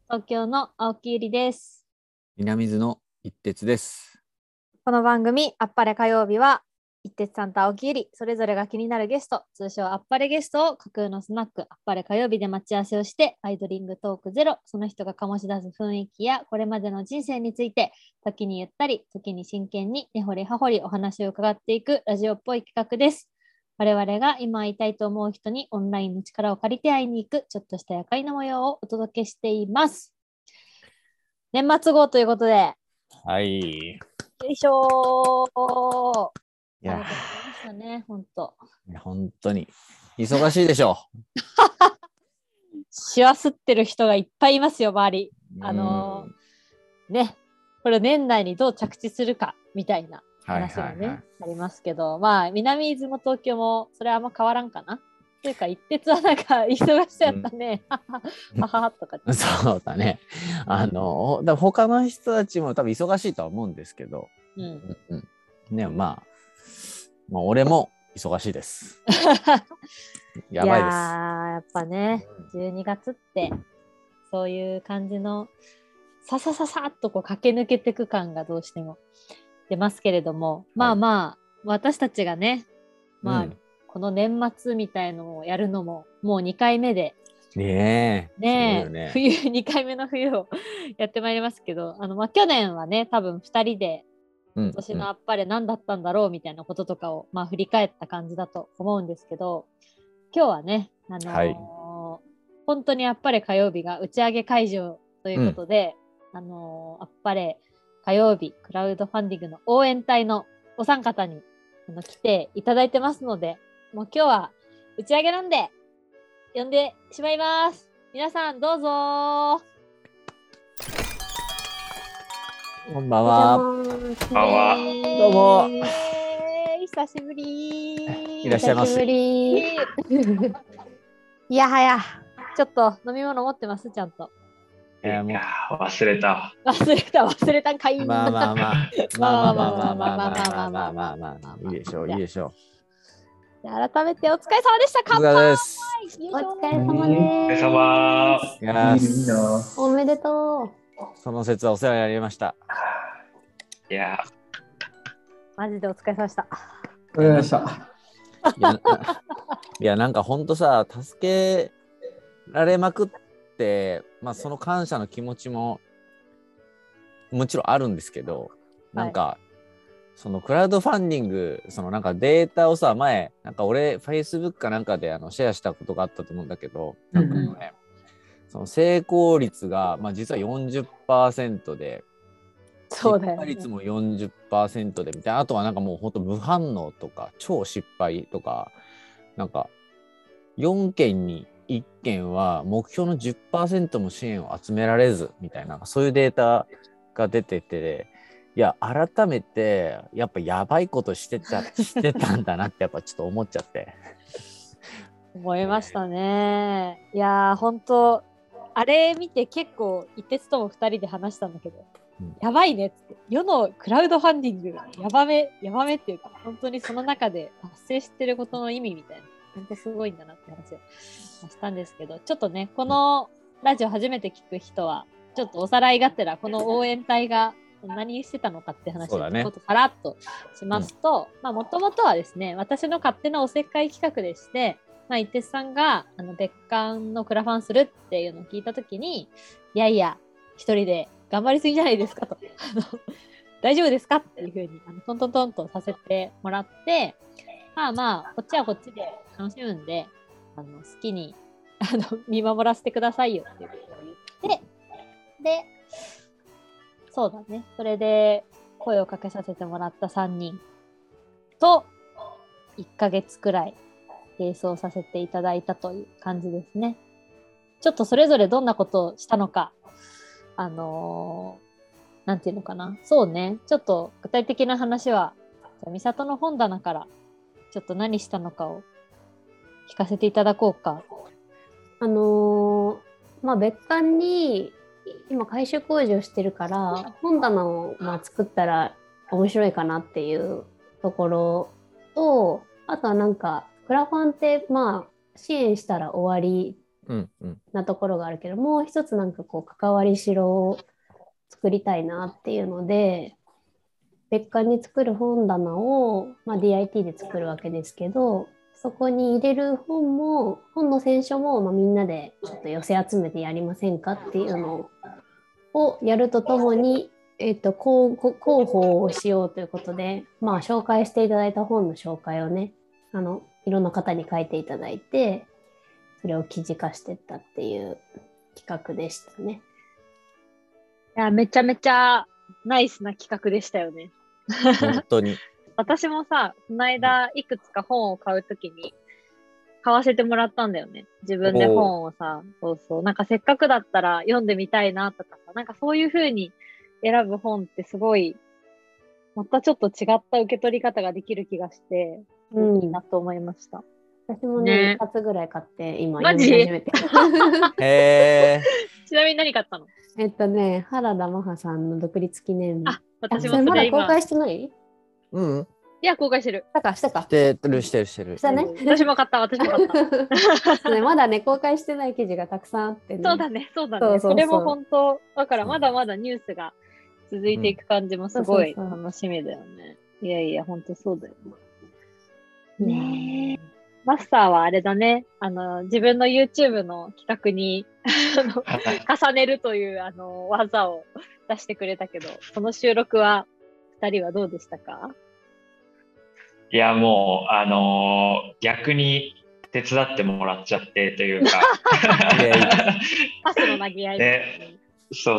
東京の青木ゆりです。 南津の一徹です。 この番組あっぱれ火曜日は一徹さんと青木ゆりそれぞれが気になるゲスト、通称あっぱれゲストを架空のスナックあっぱれ火曜日で待ち合わせをしてアイドリングトークゼロ、その人が醸し出す雰囲気やこれまでの人生について時にゆったり時に真剣に根掘り葉掘りお話を伺っていくラジオっぽい企画です。我々が今会いたいと思う人にオンラインの力を借りて会いに行くちょっとした夜会の模様をお届けしています。年末号ということで、 はい。 よいしょー。 いや、 ありがとうございましたね、 本当に忙しいでしょしわすってる人がいっぱいいますよ、周り。ね、これ年内にどう着地するかみたいな話がね、ありますけど、まあ、南伊豆も東京もそれはあんま変わらんかな。というか、一徹はなんか忙しそうやったね。はははとか。 そうだね。他の人たちも多分忙しいとは思うんですけど、ね、まあ俺も忙しいです。やばいです。 やっぱね、12月ってそういう感じのささっとこう駆け抜けていく感がどうしても出ますけれども、まあ私たちがね、この年末みたいのをやるのももう2回目で、 ねえ、 冬2回目の冬をやってまいりますけど、去年はね、多分2人で今年のあっぱれ何だったんだろうみたいなこととかを、振り返った感じだと思うんですけど、今日はね、本当にあっぱれ火曜日が打ち上げ会場ということで、あっぱれ火曜日クラウドファンディングの応援隊のお三方に来ていただいてますので、もう今日は打ち上げなんで呼んでしまいます。皆さんどうぞ。 こんばんは。どうも。 久しぶり。 いらっしゃいませ。 いやはや、ちょっと飲み物持ってますちゃんと。 忘れたんかい。 まあいいでしょう。 改めてお疲れ様でした。乾杯。 お疲れ様です。おめでとう。 その節はお世話になりました。 いやマジでお疲れ様でした。 お疲れ様でした。 いやなんかほんとさ、助けられまくって、その感謝の気持ちももちろんあるんですけど、なんか、そのクラウドファンディング、そのなんかデータをさ、前なんか俺 Facebook かなんかでシェアしたことがあったと思うんだけど、なんかね、その成功率が、実は 40% で、 そうだよね、 失敗率も 40% でみたいな、あとはなんかもうほんと無反応とか超失敗とか、なんか4件に1件は目標の 10% も支援を集められずみたいな、そういうデータが出てて、いや改めてやっぱやばいことしてたんだなってやっぱちょっと思っちゃって思いましたね。いや本当あれ見て結構一徹とも2人で話したんだけど、やばいねって、世のクラウドファンディングやばめっていうか、本当にその中で達成してることの意味みたいな、本当すごいんだなって話をしたんですけど、ちょっとねこのラジオ初めて聞く人はちょっとおさらいがてらこの応援隊が何してたのかって話をちょっとさらっとしますと、もともとはですね、私の勝手なおせっかい企画でして、一徹さんが別館のクラファンするっていうのを聞いたときに、いやいや一人で頑張りすぎじゃないですかと大丈夫ですかっていうふうにトントントンとさせてもらって、こっちはこっちで楽しむんで好きに見守らせてくださいよっていうことを言って、でそうだね、それで声をかけさせてもらった3人と1ヶ月くらい並走させていただいたという感じですね。ちょっとそれぞれどんなことをしたのか、なんていうのかな、そうね、ちょっと具体的な話は美里の本棚からちょっと何したのかを聞かせていただこうか。 別館に今改修工事をしてるから本棚を作ったら面白いかなっていうところと、あとはなんかクラファンって支援したら終わりうんうん。 なところがあるけど、もう一つなんかこう関わりしろを作りたいなっていうので、別館に作る本棚を、DIT で作るわけですけど、そこに入れる本の選書も、みんなでちょっと寄せ集めてやりませんかっていうのをやるとともに、広報をしようということで、紹介していただいた本の紹介をね、いろんな方に書いていただいて、それを記事化していったっていう企画でしたね。 いや、めちゃめちゃナイスな企画でしたよね。 本当に。 私もさ、この間いくつか本を買うときに買わせてもらったんだよね。自分で本をさ、そうそう。なんかせっかくだったら読んでみたいなとかさ、なんかそういう風に選ぶ本ってすごい、またちょっと違った受け取り方ができる気がして、いいなと思いました。 私もね、2つぐらい買って今読み始めて。 へちなみに何買ったの？ 原田マハさんの独立記念日。 私もそれまだ公開してない？ うん。 いや、公開してる。 してる。 したね。 私も買った。 まだね、公開してない記事がたくさんあってね。 そうだね。それも本当、だからまだまだニュースが続いていく感じもすごい楽しみだよね。いやいや、本当そうだよね。ねえ。マスターはあれだね。自分の YouTube の企画に重ねるという技を出してくれたけど、その収録は2人はどうでしたか？ いや、もう、逆に手伝ってもらっちゃってというかパスの投げ合い、 ね。そう、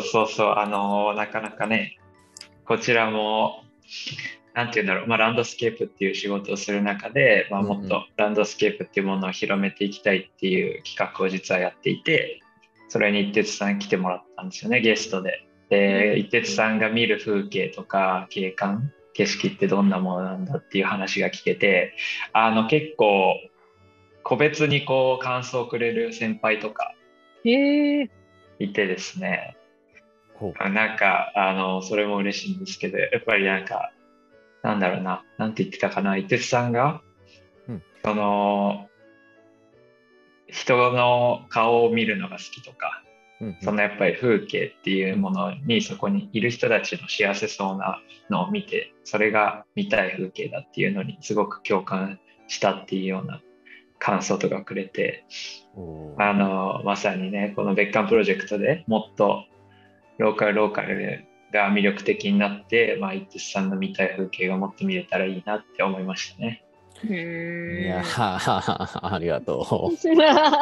なかなかね、こちらも、なんていうんだろう、ランドスケープっていう仕事をする中で、もっとランドスケープっていうものを広めていきたいっていう企画を実はやっていて、それに一徹さん来てもらったんですよね、ゲストで。で、一徹さんが見る風景とか景観、景色ってどんなものなんだっていう話が聞けて、結構個別にこう感想をくれる先輩とかいてですね、なんかそれも嬉しいんですけど、やっぱりなんかなんだろうな、なんて言ってたかな、伊哲さんが、その人の顔を見るのが好きとか、そのやっぱり風景っていうものに、そこにいる人たちの幸せそうなのを見て、それが見たい風景だっていうのにすごく共感したっていうような感想とかくれて、まさにね、この別館プロジェクトでもっとローカルが魅力的になって、一徹さんの見たい風景がもっと見れたらいいなって思いましたね。 いやありがとう。し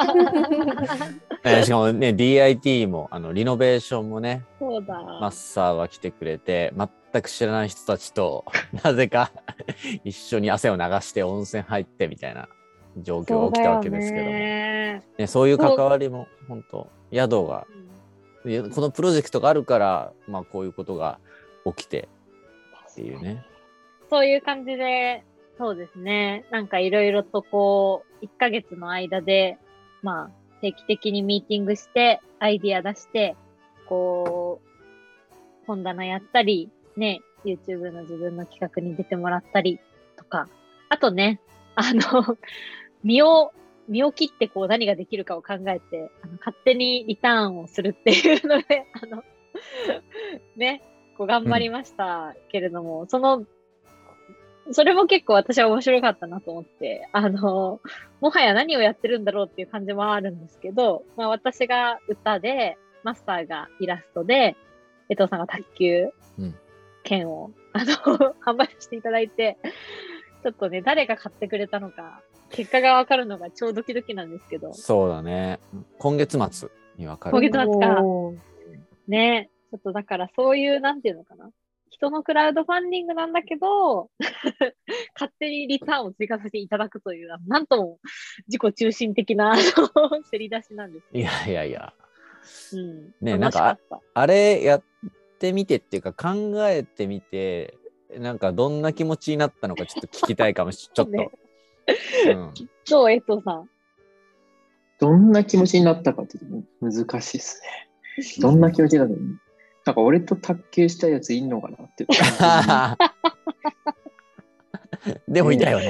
かもね、DIT もリノベーションもね、マッサーが来てくれて、全く知らない人たちとなぜか一緒に汗を流して温泉入ってみたいな状況が起きたわけですけども、ね、そういう関わりも本当宿がこのプロジェクトがあるから、こういうことが起きてっていうね。 そういう感じで、そうですね。なんかいろいろとこう、1ヶ月の間で、定期的にミーティングして、アイディア出して、こう、本棚やったり、ね、YouTube の自分の企画に出てもらったりとか、あとね、身を切ってこう何ができるかを考えて、勝手にリターンをするっていうので、ね、こう頑張りましたけれども、それも結構私は面白かったなと思って、もはや何をやってるんだろうっていう感じもあるんですけど、私が歌で、マスターがイラストで、江藤さんが卓球券を、販売していただいて、ちょっとね、誰が買ってくれたのか、結果が分かるのが超ドキドキなんですけど。 そうだね。今月末に分かる。 今月末か。ね、ちょっとだからそういう、なんていうのかな。人のクラウドファンディングなんだけど、勝手にリターンを追加させていただくという、なんとも自己中心的なせり出しなんです。 いや。 ね、 なんかあれやってみてっていうか考えてみて、なんかどんな気持ちになったのかちょっと聞きたいかもしれない。ちょっと。 どう、江藤さん。 どんな気持ちになったかって難しいですね。どんな気持ちだったの？なんか俺と卓球したやついんのかなって。 でもいたよね。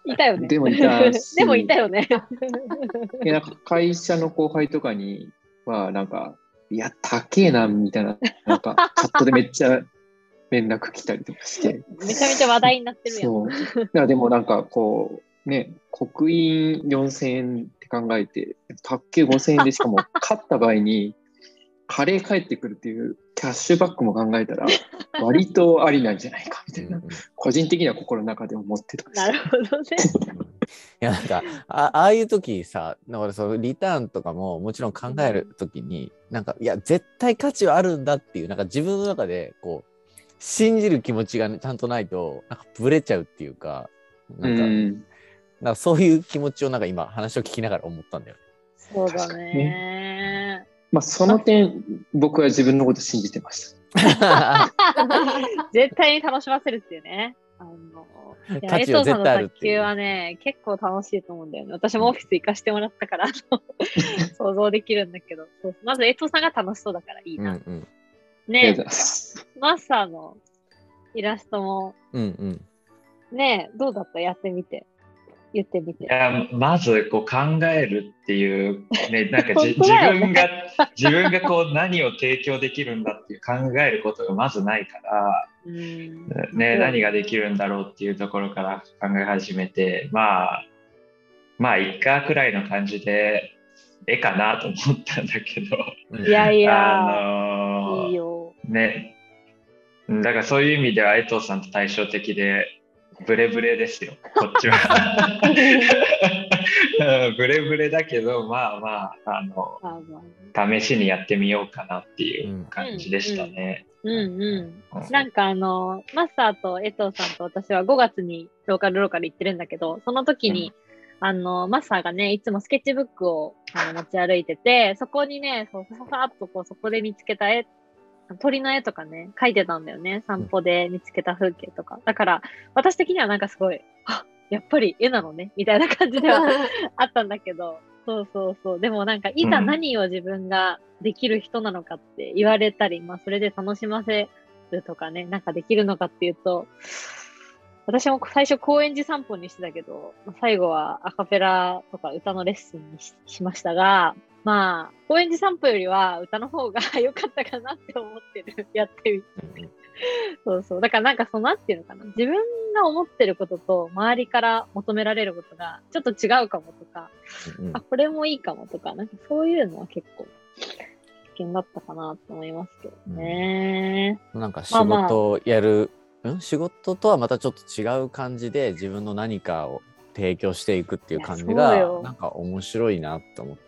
いたよね。 でもいたしでもいたよね。 いやなんか会社の後輩とかには、なんか、いや、高えな、みたいな、なんか、チャットでめっちゃ連絡来たりとかして。 めちゃめちゃ話題になってるやん。 そう。だからでもなんかこう、ね、刻印4000円って考えて、卓球5000円でしかも勝った場合に、カレー返ってくるっていうキャッシュバックも考えたら、割とありなんじゃないかみたいな、個人的には心の中で思ってたんです。 なるほどね。 いやなんかああいう時さ、だからそのリターンとかももちろん考える時に、なんかいや絶対価値はあるんだっていう、なんか自分の中でこう信じる気持ちが、ね、ちゃんとないとなんかブレちゃうっていうか、なんかそういう気持ちをなんか今話を聞きながら思ったんだよね。 そうだね。 まあその点僕は自分のこと信じてました。 絶対に楽しませるっていうね。 価値は絶対あるっていう。 江藤さんの卓球はね、結構楽しいと思うんだよね。私もオフィス行かしてもらったから想像できるんだけど、そうまず江藤さんが楽しそうだからいいな。ねえ、マスターのイラストも、ねえ、どうだった？やってみて。言ってみて。 いやまずこう考えるっていうね、なんか自分がこう何を提供できるんだっていう考えることがまずないから、ね、何ができるんだろうっていうところから考え始めて、まあいっかくらいの感じで絵かなと思ったんだけど、 いやいや、いいよね、だからそういう意味では江藤さんと対照的でブレブレですよ、こっちは。ブレブレだけど、まあ試しにやってみようかなっていう感じでしたね。 なんかマスターと江藤さんと私は5月にローカル行ってるんだけど、その時に、マスターがね、いつもスケッチブックを持ち歩いてて、そこにね、さっとこうそこで見つけた鳥の絵とかね、描いてたんだよね。散歩で見つけた風景とか。だから、私的にはなんかすごい、やっぱり絵なのね、みたいな感じではあったんだけど、そう。でもなんか、いざ何を自分ができる人なのかって言われたり、それで楽しませるとかね、なんかできるのかっていうと、私も最初高円寺散歩にしてたけど、最後はアカペラとか歌のレッスンに しましたが、高円寺散歩よりは歌の方が良かったかなって思ってる。やってみて。そう。だからなんかなんていうのかな。自分が思ってることと周りから求められることがちょっと違うかもとか、これもいいかもとか、なんかそういうのは結構危険だったかなと思いますけどね。 なんか仕事をやる、仕事とはまたちょっと違う感じで自分の何かを提供していくっていう感じがなんか面白いなと思って、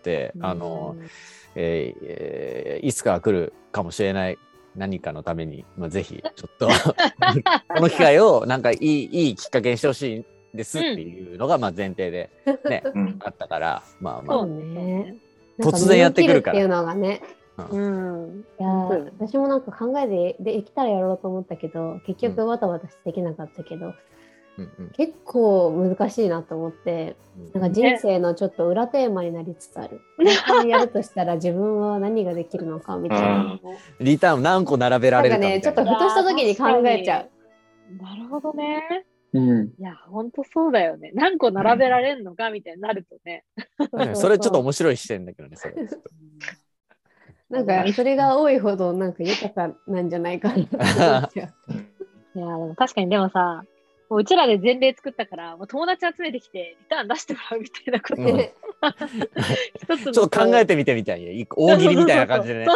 いつか来るかもしれない何かのために、ぜひちょっとこの機会をなんかいいきっかけにしてほしいですっていうのが前提でね、あったから、 そうね、 突然やってくるからっていうのがね、いや私もなんか考えでできたらやろうと思ったけど、結局わたわたしてできなかったけど、結構難しいなと思って、なんか人生のちょっと裏テーマになりつつある。やるとしたら自分は何ができるのかみたいな。 リターン何個並べられるかみたいな。 ちょっとふとした時に考えちゃう。なるほどね。いや、ほんとそうだよね。何個並べられるのかみたいになるとね。 それちょっと面白い視点だけどね、それ。 なんかそれが多いほどなんか豊かなんじゃないかなって思っちゃう。 いや、でも確かにでもさ、もううちらで前例作ったから、もう友達集めてきてリターン出してもらうみたいなことで、 ちょっと考えてみてみたいな、大喜利みたいな感じでね。 そう。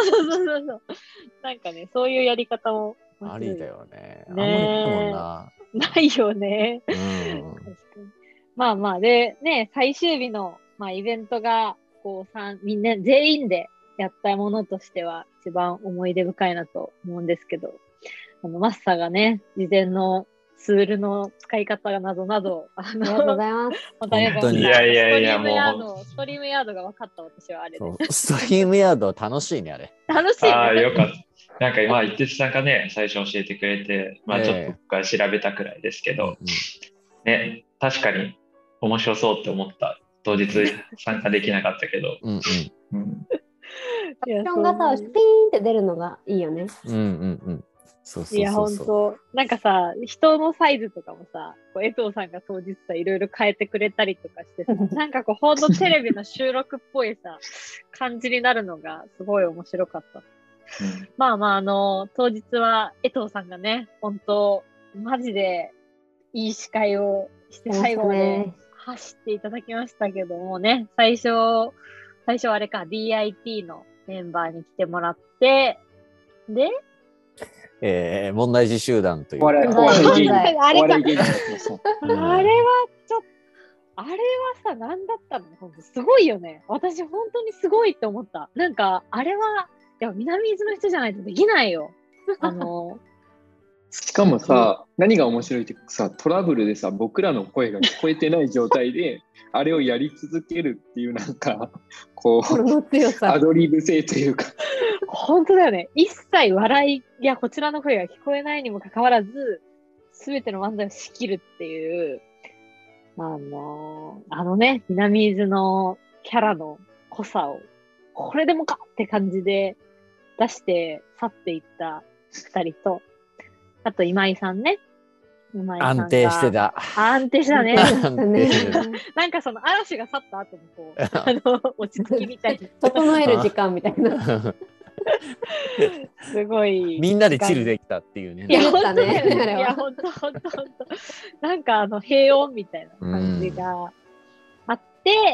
なんかね、そういうやり方もありだよね。あんまりないもんな。 ないよね。確かに。でね、最終日のイベントがこうみんな全員でやったものとしては一番思い出深いなと思うんですけど、マスターがね、事前のツールの使い方がなどなど、 ありがとうございます。 本当にいやストリームヤードが分かった私はあれで。 ストリームヤード楽しいね、あれ。 楽しいね。 よかった。なんか今、一徹さんがね、最初教えてくれて、ちょっと僕は調べたくらいですけど、ね、確かに面白そうって思った。当日参加できなかったけど。 アクションがさ、スピーンって出るのがいいよね。 そういや、本当なんかさ、人のサイズとかもさ、こう江藤さんが当日さ、いろいろ変えてくれたりとかしてさ、なんかこう、ほんとテレビの収録っぽいさ、感じになるのがすごい面白かった。まあまあ、当日は江藤さんがね、本当マジでいい司会をして最後まで走っていただきましたけどもね、最初あれか、DIT のメンバーに来てもらって、で、 問題児集団というか。 あれはさ、何だったの？本当すごいよね。私本当にすごいって思った。なんか、あれは、いや、南伊豆の人じゃないとできないよ。 しかもさ、何が面白いってさ、トラブルでさ、僕らの声が聞こえてない状態で、あれをやり続けるっていうなんか、こう、アドリブ性というか。 本当だよね。一切笑いやこちらの声が聞こえないにもかかわらず、すべての漫才を仕切るっていう、ね、南伊豆のキャラの濃さを、これでもかって感じで出して去っていった二人と、あと今井さんね。 安定してた。 安定したね。なんかその嵐が去った後のこう、落ち着きみたいな。 整える時間みたいな。 すごい。 みんなでチルできたっていうね。 いや、本当ね。いや、本当。なんか平穏みたいな感じがあって、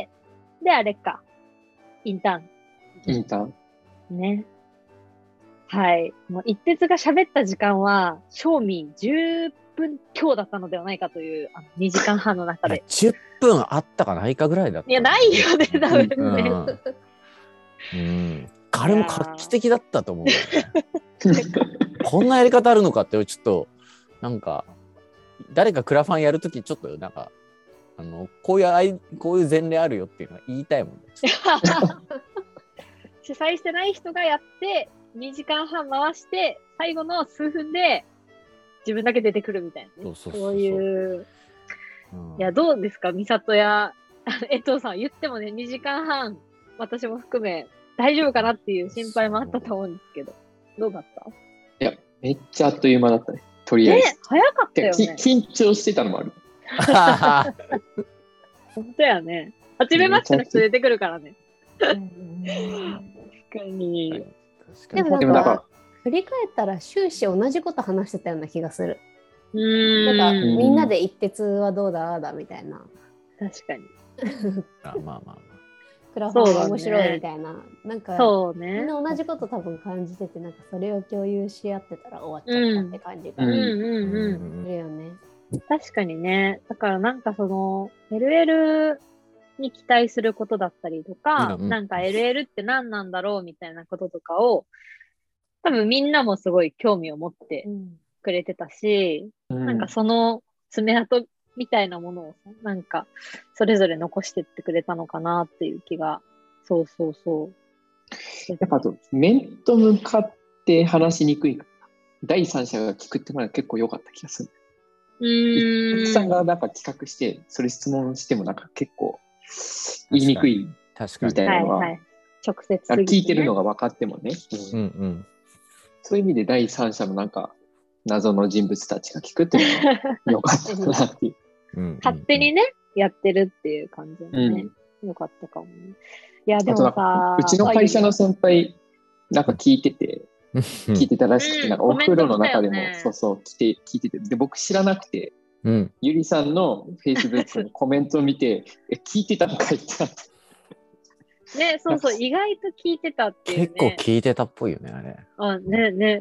で、あれか。インターン。ね。はい。もう一徹が喋った時間は、賞味10分強だったのではないかという、2時間半の中で。 10分あったかないかぐらいだった。 いや、ないよね、多分ね。あれも画期的だったと思う、ね。こんなやり方あるのかって、ちょっと、なんか、誰かクラファンやるとき、ちょっと、なんか、こういう前例あるよっていうのは言いたいもんね。 主催してない人がやって、2時間半回して、最後の数分で自分だけ出てくるみたいなね。そういう。いや、どうですか、美里や江藤さん。言ってもね、2時間半、私も含め、大丈夫かなっていう心配もあったと思うんですけど、どうだった？ いや、めっちゃあっという間だったね。とりあえず。 ね、早かったよね。 緊張してたのもある。 本当やね。初めましての人出てくるからね。確かに。 でもなんか振り返ったら終始同じこと話してたような気がする。なんかみんなで一徹はどうだみたいな。 確かに。 まあ。 クラファンが面白いみたいな。なんかそうね。 みんな同じこと多分感じてて、なんかそれを共有し合ってたら終わっちゃったって感じがするよね。 確かにね。だからなんかその LL に期待することだったりとか、なんか LL って何なんだろうみたいなこととかを、多分みんなもすごい興味を持ってくれてたし、なんかその爪痕みたいなものをさ、なんかそれぞれ残してってくれたのかなっていう気が、そう。 やっぱ面と向かって話しにくいから、第三者が聞くってのは結構良かった気がする。一さんがなんか企画して、それ質問してもなんか結構言いにくいみたいなのは、 直接聞いてるのが分かってもね。そういう意味で第三者のなんか謎の人物たちが聞くっていうのは良かったなっていう。 勝手にね、やってるっていう感じでね、良かったかもね。いや、でもさ、 うちの会社の先輩、なんか聞いてたらしくて、なんかお風呂の中でも、聞いてて、で、僕知らなくて、ゆりさんの Facebook のコメントを見て、聞いてたのかいってなって。 ね、意外と聞いてたっていうね。 結構聞いてたっぽいよね、あれ。 ね、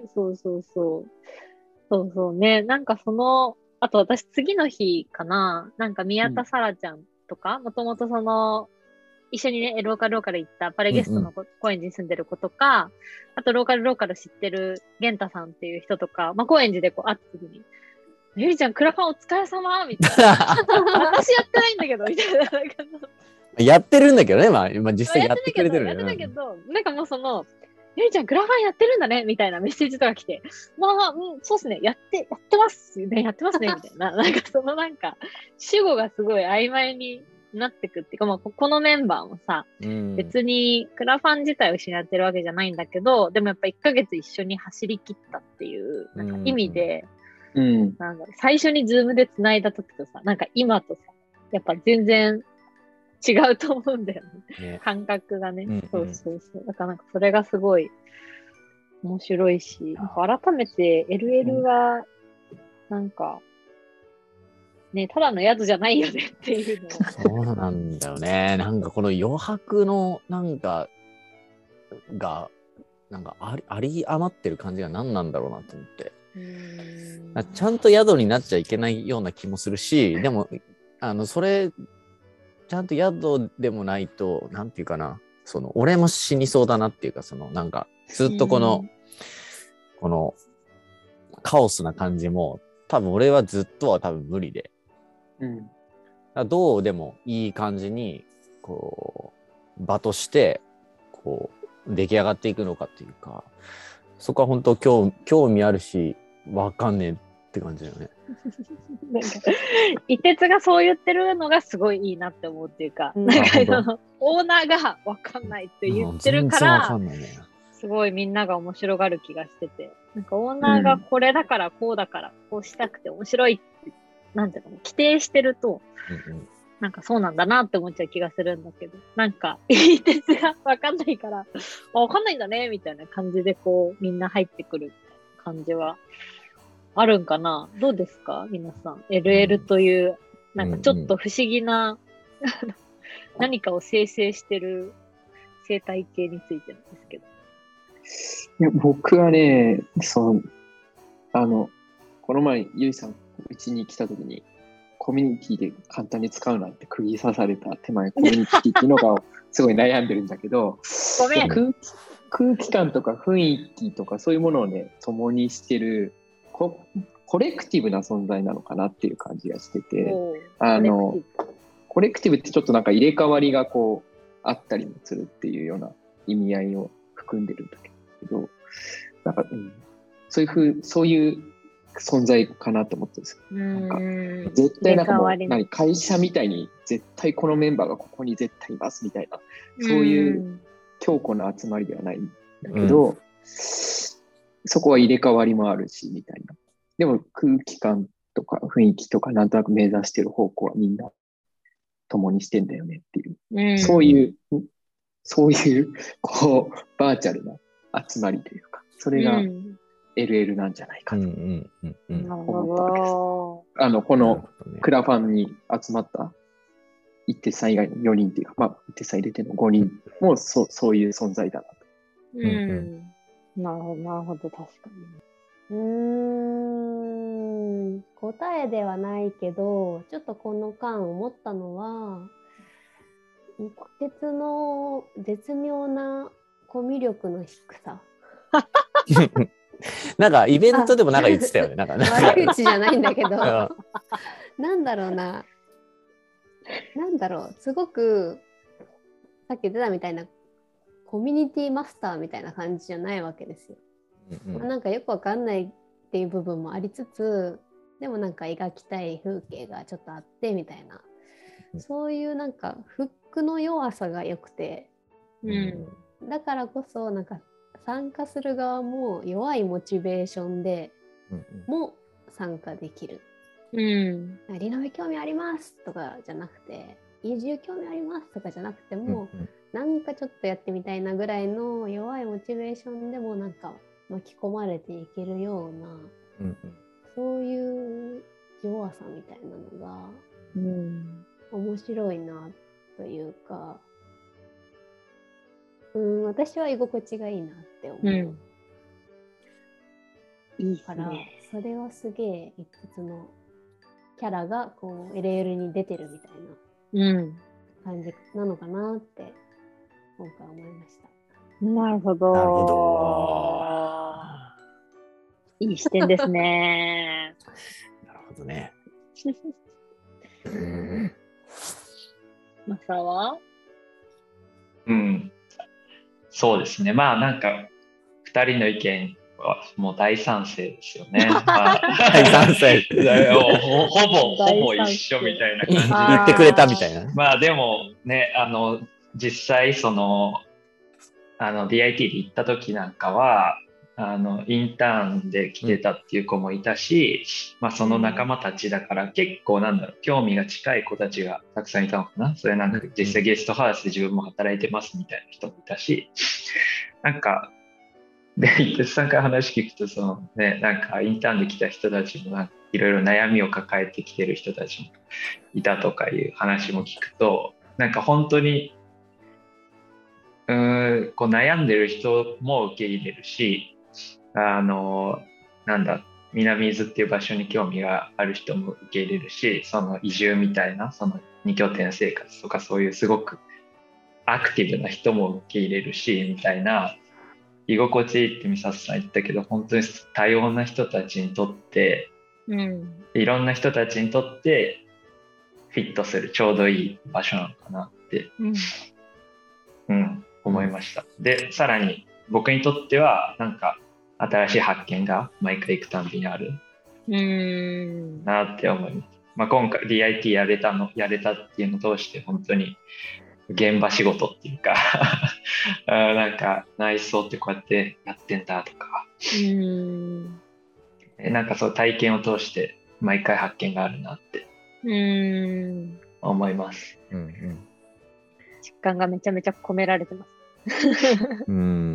そうね、なんかあと私次の日かな、なんか宮田沙羅ちゃんとか、もともと一緒にね、ローカル行ったパレゲストの高円寺に住んでる子とか、あとローカル知ってる玄太さんっていう人とか、高円寺で会った時に、ゆりちゃんクラファンお疲れ様みたいな。私やってないんだけど、みたいな。 やってるんだけどね、今実際やってくれてるやってたけど、なんかもうゆりちゃんクラファンやってるんだねみたいなメッセージとか来て、そうっすね、やってますね、みたいな。なんかなんか、主語がすごい曖昧になってくっていうか、まあ、このメンバーもさ、別にクラファン自体を一緒にやってるわけじゃないんだけど、でもやっぱ1ヶ月一緒に走り切ったっていうなんか意味で、なんだろう、最初にズームで繋いだ時とさ、なんか今とさ、やっぱ全然違うと思うんだよね。感覚がね。そうそうそう。だからなんかそれがすごい面白いし、なんか改めて LL は、なんか、ね、ただのやつじゃないよねっていうのを。 そうなんだよね。なんかこの余白のなんかがなんかあり余ってる感じが何なんだろうなと思って。ちゃんと宿になっちゃいけないような気もするし、でもそれちゃんと宿でもないとなんていうかな、その俺も死にそうだなっていうか、そのなんかずっとこのカオスな感じも多分俺はずっとは多分無理で。どうでもいい感じにこう場としてこう出来上がっていくのかっていうか、そこは本当興味あるし分かんねえって感じだよね。 なんか伊鉄がそう言ってるのがすごいいいなって思うっていうか、なんかオーナーが分かんないって言ってるから、すごいみんなが面白がる気がしてて、なんかオーナーがこれだからこうだからこうしたくて面白いってなんていうの規定してると、なんかそうなんだなって思っちゃう気がするんだけど、なんかいい鉄が分かんないから分かんないんだねみたいな感じでこうみんな入ってくる感じはあるんかな。どうですか皆さん。LL というなんかちょっと不思議な何かを生成してる生態系についてなんですけど。 いや僕はね、この前ゆいさんうちに来た時にコミュニティで簡単に使うなんて釘刺された手前コミュニティっていうのがすごい悩んでるんだけど、 ごめん。 空気感とか雰囲気とかそういうものをね共にしてるコレクティブな存在なのかなっていう感じがしてて、コレクティブってちょっとなんか入れ替わりがこうあったりもするっていうような意味合いを含んでるんだけど、なんか、そういう存在かなと思ってるんですよ。なんか絶対なんかもう会社みたいに絶対このメンバーがここに絶対いますみたいな、そういう強固な集まりではないんだけど、そこは入れ替わりもあるしみたいな。でも空気感とか雰囲気とかなんとなく目指してる方向はみんな共にしてんだよねっていう、そういうこうバーチャルな集まりというか、それがLL なんじゃないかと思ったわけです。このクラファンに集まった一徹さん以外の4人っていうか、まあ一徹さん入れての5人もそういう存在だなと。 なるほどなるほど、確かに。 答えではないけど、ちょっとこの間思ったのは、一徹の絶妙なコミュ力の低さ。 なんかイベントでもなんか言ってたよね。 悪口じゃないんだけど、なんだろうな、すごくさっき言ってたみたいなコミュニティマスターみたいな感じじゃないわけですよ。なんかよくわかんないっていう部分もありつつ、でもなんか描きたい風景がちょっとあってみたいな、そういうなんかフックの弱さが良くて、だからこそなんか参加する側も弱いモチベーションでも参加できる。リノベ興味ありますとかじゃなくて、移住興味ありますとかじゃなくても、なんかちょっとやってみたいなぐらいの弱いモチベーションでもなんか巻き込まれていけるような、そういう弱さみたいなのが、面白いなというか、私は居心地がいいなって思う。いいから、それはすげえ一徹のキャラがこう LL に出てるみたいな感じなのかなって今回思いました。 なるほど。 なるほど。 いい視点ですね。 なるほどね。 マサは？ そうですね。まあなんか2人の意見はもう大賛成ですよね。 大賛成。 ほぼ一緒みたいな感じで。 言ってくれたみたいな。 まあでもね、実際その、DIT で行った時なんかは、インターンで来てたっていう子もいたし、まあその仲間たちだから結構興味が近い子たちがたくさんいたのかな。それなんか実際ゲストハウスで自分も働いてますみたいな人もいたし、なんか、で、伊哲さんから話聞くと、そのね、なんかインターンで来た人たちもいろいろ悩みを抱えてきてる人たちもいたとかいう話も聞くと、なんか本当にこう悩んでる人も受け入れるし、なんだ、南伊豆っていう場所に興味がある人も受け入れるし、その移住みたいな、その2拠点生活とかそういうすごくアクティブな人も受け入れるし、みたいな、居心地いいってミサスさん言ったけど、本当に多様な人たちにとって、いろんな人たちにとってフィットするちょうどいい場所なのかなって、思いました。で、さらに僕にとってはなんか新しい発見が毎回行くたんびにあるなって思います。まあ、今回 DIT やれたっていうのを通して本当に現場仕事っていうかなんか内装ってこうやってやってんだとかなんかそう体験を通して毎回発見があるなって思います。 実感がめちゃめちゃ込められてます。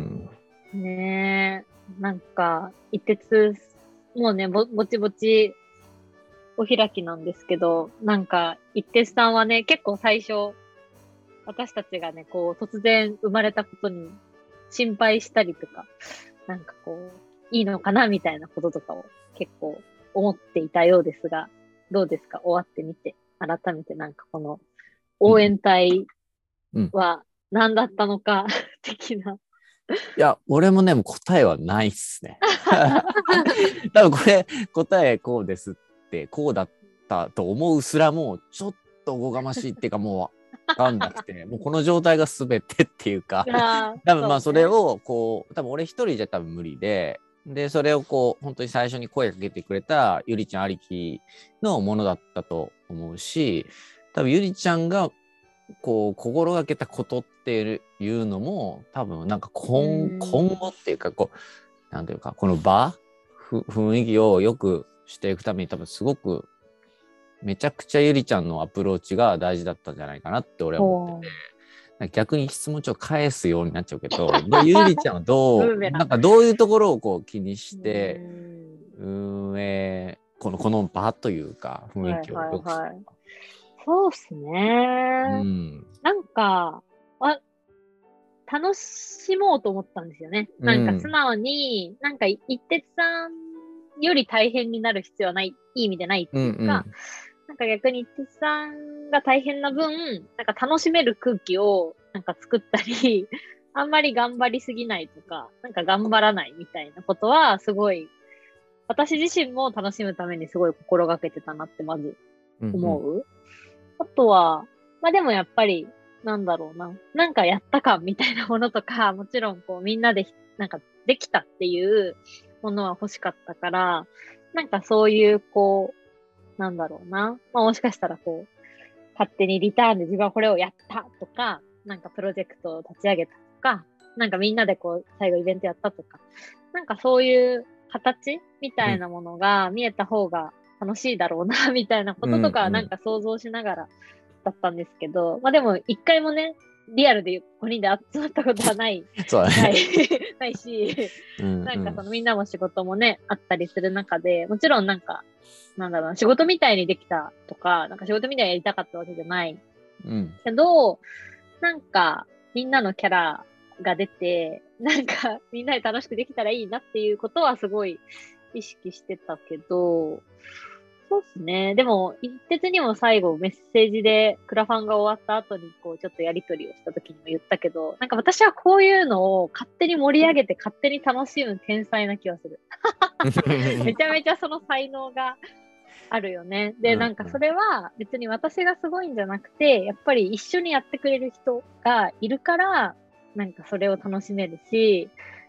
ねえ、なんか一徹もうねぼちぼちお開きなんですけど、なんか一徹さんはね結構最初私たちがねこう突然生まれたことに心配したりとか、なんかこういいのかなみたいなこととかを結構思っていたようですが、どうですか、終わってみて改めてなんかこの応援隊は何だったのか的な。 いや、俺もね、もう答えはないっすね。多分これ、答えこうですって、こうだったと思うすらもう、ちょっとおこがましいっていうか、もうわかんなくて、もうこの状態が全てっていうか、多分まあそれをこう、多分俺一人じゃ多分無理で、それをこう、本当に最初に声かけてくれたゆりちゃんありきのものだったと思うし、多分ゆりちゃんがこう心がけたことっていうのも多分なんか今後っていうかこうなんていうかこの雰囲気を良くしていくために多分すごくめちゃくちゃゆりちゃんのアプローチが大事だったんじゃないかなって俺は思ってて、逆に質問を返すようになっちゃうけどゆりちゃんはなんかどういうところをこう気にして運営この場というか雰囲気を良くしてるか。 そうっすね。なんか楽しもうと思ったんですよね。なんか素直に、なんか一徹さんより大変になる必要はない、いい意味でないっていうか、なんか逆に一徹さんが大変な分、なんか楽しめる空気をなんか作ったり、あんまり頑張りすぎないとか、なんか頑張らないみたいなことはすごい、私自身も楽しむためにすごい心がけてたなってまず思う。あとは、まあでもやっぱり、なんだろうな。なんかやった感みたいなものとか、もちろんこうみんなでなんかできたっていうものは欲しかったから、なんかそういうこう、なんだろうな。まあもしかしたらこう、勝手にリターンで自分はこれをやったとか、なんかプロジェクトを立ち上げたとか、なんかみんなでこう最後イベントやったとか、なんかそういう形みたいなものが見えた方が楽しいだろうな、みたいなこととかはなんか想像しながらだったんですけど、まあでも一回もね、リアルで5人で集まったことはない。 そうだね。 ないし、なんかそのみんなも仕事もね、あったりする中で、もちろんなんか、なんだろうな、仕事みたいにできたとか、なんか仕事みたいにやりたかったわけじゃないけど、なんかみんなのキャラが出て、なんかみんなで楽しくできたらいいなっていうことはすごい意識してたけど、そうですね。でも、一徹にも最後メッセージでクラファンが終わった後にこうちょっとやりとりをした時にも言ったけど、なんか私はこういうのを勝手に盛り上げて勝手に楽しむ天才な気がする。めちゃめちゃその才能があるよね。で、なんかそれは別に私がすごいんじゃなくて、やっぱり一緒にやってくれる人がいるから、なんかそれを楽しめるし、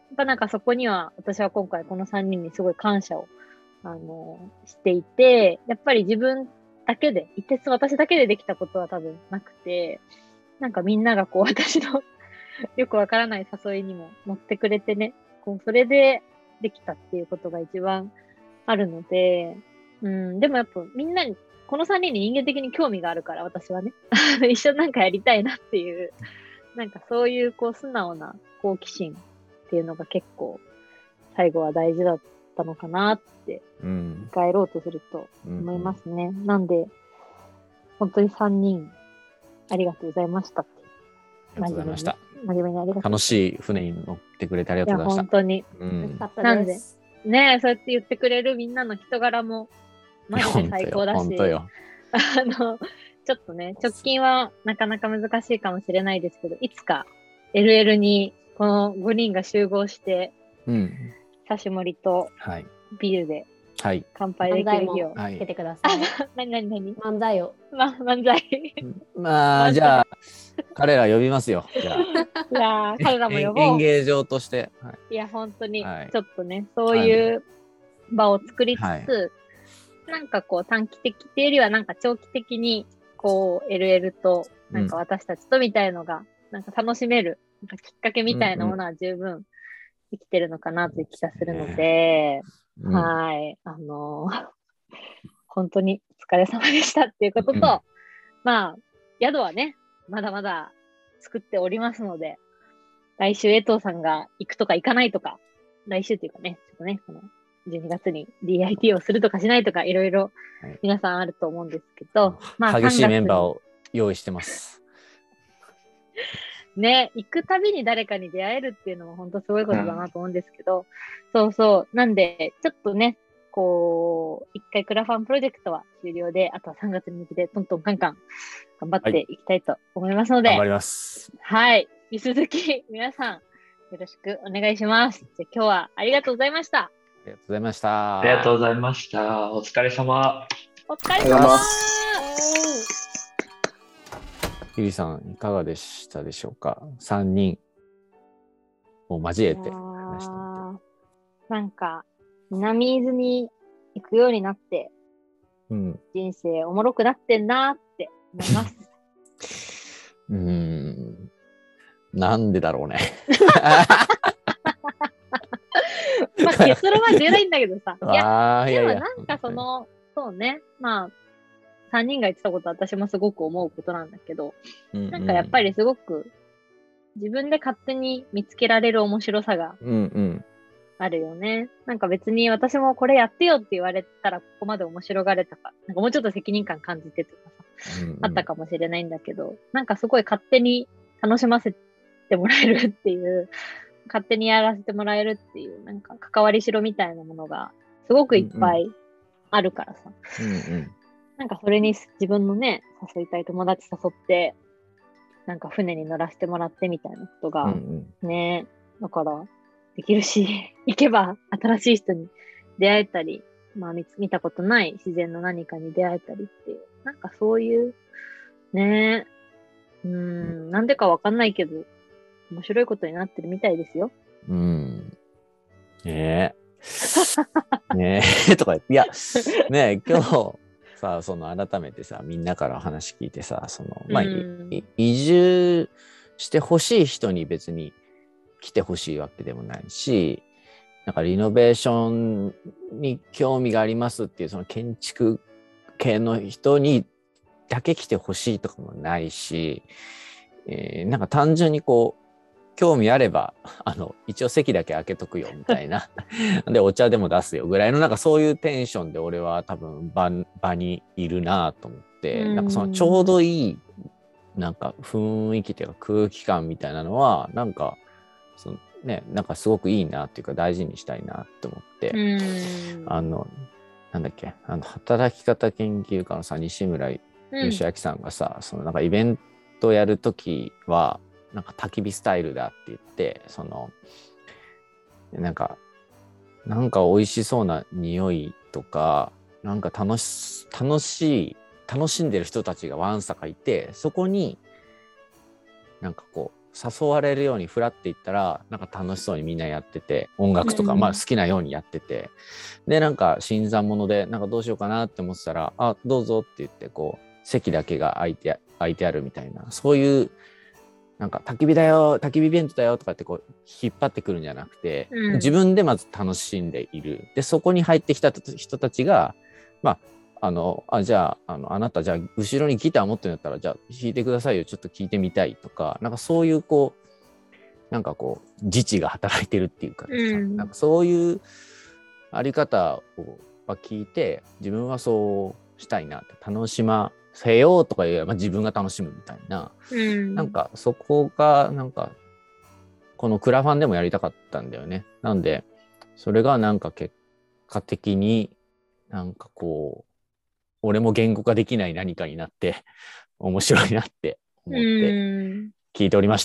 ぱなんかそこには私は今回この3人にすごい感謝をしていて、やっぱり自分だけで、私だけでできたことは多分なくて、なんかみんながこう私のよくわからない誘いにも乗ってくれてね、こうそれでできたっていうことが一番あるので、でもやっぱみんなに、この3人に人間的に興味があるから私はね、一緒になんかやりたいなっていう、なんかそういうこう素直な好奇心っていうのが結構最後は大事だったのかなって帰ろうとすると思いますね。なんで本当に3人ありがとうございましたって。 ありがとうございました。 真面目にありがとう。 楽しい船に乗ってくれてありがとうございました。 いや本当に。 よかったなんでです。 ねそうやって言ってくれるみんなの人柄もマジで最高だし、 本当よ。 ちょっとね、直近はなかなか難しいかもしれないですけど、いつか LL にこの5人が集合して、久しぶりとビールで乾杯できる日を。 つけてください。 何漫才を。 漫才。 まあ、じゃあ、彼ら呼びますよ。じゃあ。 いや彼らも呼ぼう。 演芸場として。 いや、本当に、ちょっとね、そういう場を作りつつ、なんかこう短期的っていうよりはなんか長期的にこう LL となんか私たちとみたいのがなんか楽しめるなんかきっかけみたいなものは十分生きてるのかなという気がするので、はい、本当にお疲れ様でしたっていうことと、まあ宿はねまだまだ作っておりますので、来週江藤さんが行くとか行かないとか、来週っていうかね、ちょっとねこの12月に DIT をするとかしないとかいろいろ皆さんあると思うんですけど、 まあ激しいメンバーを用意してますね、行くたびに誰かに出会えるっていうのも本当すごいことだなと思うんですけど、そうそうなんでちょっとねこう一回クラファンプロジェクトは終了で、あとは3月に向けてトントンカンカン頑張っていきたいと思いますので、 頑張ります。 はい、引き続き皆さんよろしくお願いします。じゃ今日はありがとうございました。 ありがとうございました。 ありがとうございました。お疲れ様。 お疲れ様。 ゆりさんいかがでしたでしょうか。3人を交えて話してみて。 なんか南伊豆に行くようになって、人生おもろくなってんなって思います。 なんでだろうね。 まあ結論は言えないんだけどさ。いや、でもいやなんかそうね、まあ、3人が言ってたことは私もすごく思うことなんだけど、なんかやっぱりすごく自分で勝手に見つけられる面白さがあるよね。なんか別に私もこれやってよって言われたらここまで面白がれたか、なんかもうちょっと責任感感じてとかさ、あったかもしれないんだけど、なんかすごい勝手に楽しませてもらえるっていう、勝手にやらせてもらえるっていう、なんか関わりしろみたいなものがすごくいっぱいあるからさ。なんかそれに自分のね、誘いたい友達誘って、なんか船に乗らせてもらってみたいなことがね、だからできるし、行けば新しい人に出会えたり、まあ見たことない自然の何かに出会えたりっていう、なんかそういうね、なんでかわかんないけど、面白いことになってるみたいですよ。 ねえとか言って、いや、ねえ、今日さ、改めてさ、みんなから話聞いてさ、まあ、移住してほしい人に別に来てほしいわけでもないし、なんかリノベーションに興味がありますっていう、その建築系の人にだけ来てほしいとかもないし、なんか単純にこう、興味あれば一応席だけ開けとくよみたいなでお茶でも出すよぐらいのなんかそういうテンションで俺は多分場にいるなと思って、なんかちょうどいいなんか雰囲気というか空気感みたいなのはなんかなんかすごくいいなっていうか大事にしたいなと思って、なんだっけ働き方研究家のさ西村義明さんがさ、なんかイベントやるときはなんか焚き火スタイルだって言って、なんか美味しそうな匂いとか、なんか楽しんでる人たちがわんさかいて、そこになんかこう誘われるようにフラっていったらなんか楽しそうにみんなやってて、音楽とかまあ好きなようにやってて、でなんか新参者でなんかどうしようかなって思ってたら、あ、どうぞって言ってこう席だけが空いてあるみたいな、そういうなんか焚き火だよ、焚き火イベントだよとかってこう引っ張ってくるんじゃなくて、自分でまず楽しんでいる。でそこに入ってきた人たちが、まあじゃあ、あなたじゃあ後ろにギター持ってるんだったらじゃあ弾いてくださいよ、ちょっと聞いてみたいとか、なんかそういうこうなんかこう自治が働いてるっていうか、なんかそういうあり方を聞いて、自分はそうしたいなって、楽しませようとかいうよりは、まあ、自分が楽しむみたいな、なんかそこがなんかこのクラファンでもやりたかったんだよね。なんでそれがなんか結果的になんかこう俺も言語化できない何かになって面白いなって思って聞いておりました。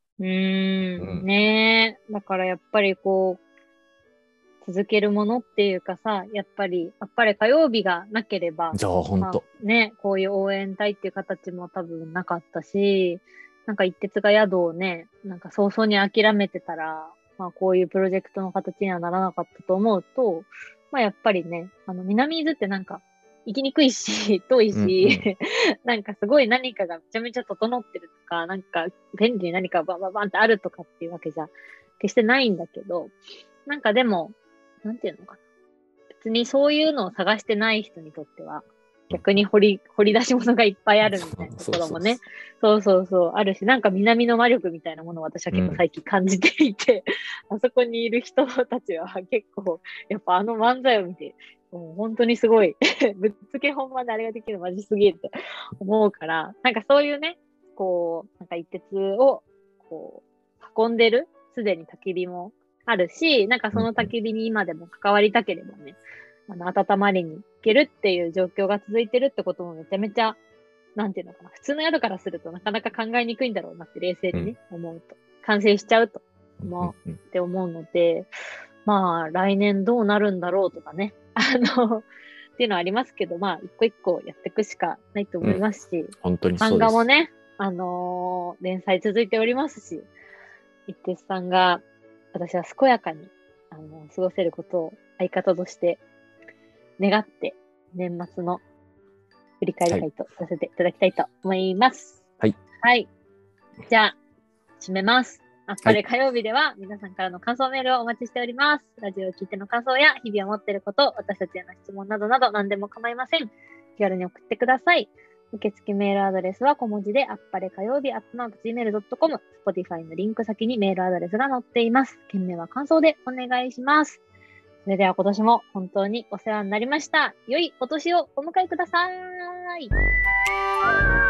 ねえ、だからやっぱりこう続けるものっていうかさ、やっぱり火曜日がなければ、 本当、 ね、こういう応援隊っていう形も多分なかったし、なんか一徹が宿をね、なんか早々に諦めてたら、まあこういうプロジェクトの形にはならなかったと思うと、まあやっぱりね、南伊豆ってなんか行きにくいし、遠いし、なんかすごい何かがめちゃめちゃ整ってるとか、なんか便利に何かバンバンバンってあるとかっていうわけじゃ決してないんだけど、なんかでも、なんていうのかな。別にそういうのを探してない人にとっては、逆に掘り出し物がいっぱいあるみたいなところもね、そうあるし、なんか南の魔力みたいなものを私は結構最近感じていて、あそこにいる人たちは結構、やっぱあの漫才を見て、もう本当にすごいぶっつけ本番であれができるのマジすぎって思うから、なんかそういうね、こう、なんか一徹をこう運んでる、すでに焚き火もあるし、なんかその焚き火に今でも関わりたければね、温まりに行けるっていう状況が続いてるってこともめちゃめちゃ、なんていうのかな、普通の宿からするとなかなか考えにくいんだろうなって冷静にね、思うと、完成しちゃうとって思うので、まあ来年どうなるんだろうとかね、っていうのはありますけど、まあ一個一個やっていくしかないと思いますし、 本当にそうです。 漫画もね、連載続いておりますし、一徹さんが私は健やかに過ごせることを相方として願って年末の振り返り会とさせていただきたいと思います。 はい。 はい。じゃあ、締めます。あっぱれ火曜日では皆さんからの感想メールをお待ちしております。ラジオを聞いての感想や日々思っていること、私たちへの質問などなど何でも構いません。気軽に送ってください。受付メールアドレスは小文字であっぱれ火曜日@gmail.com、Spotify のリンク先にメールアドレスが載っています。件名は感想でお願いします。それでは今年も本当にお世話になりました。良いお年をお迎えください。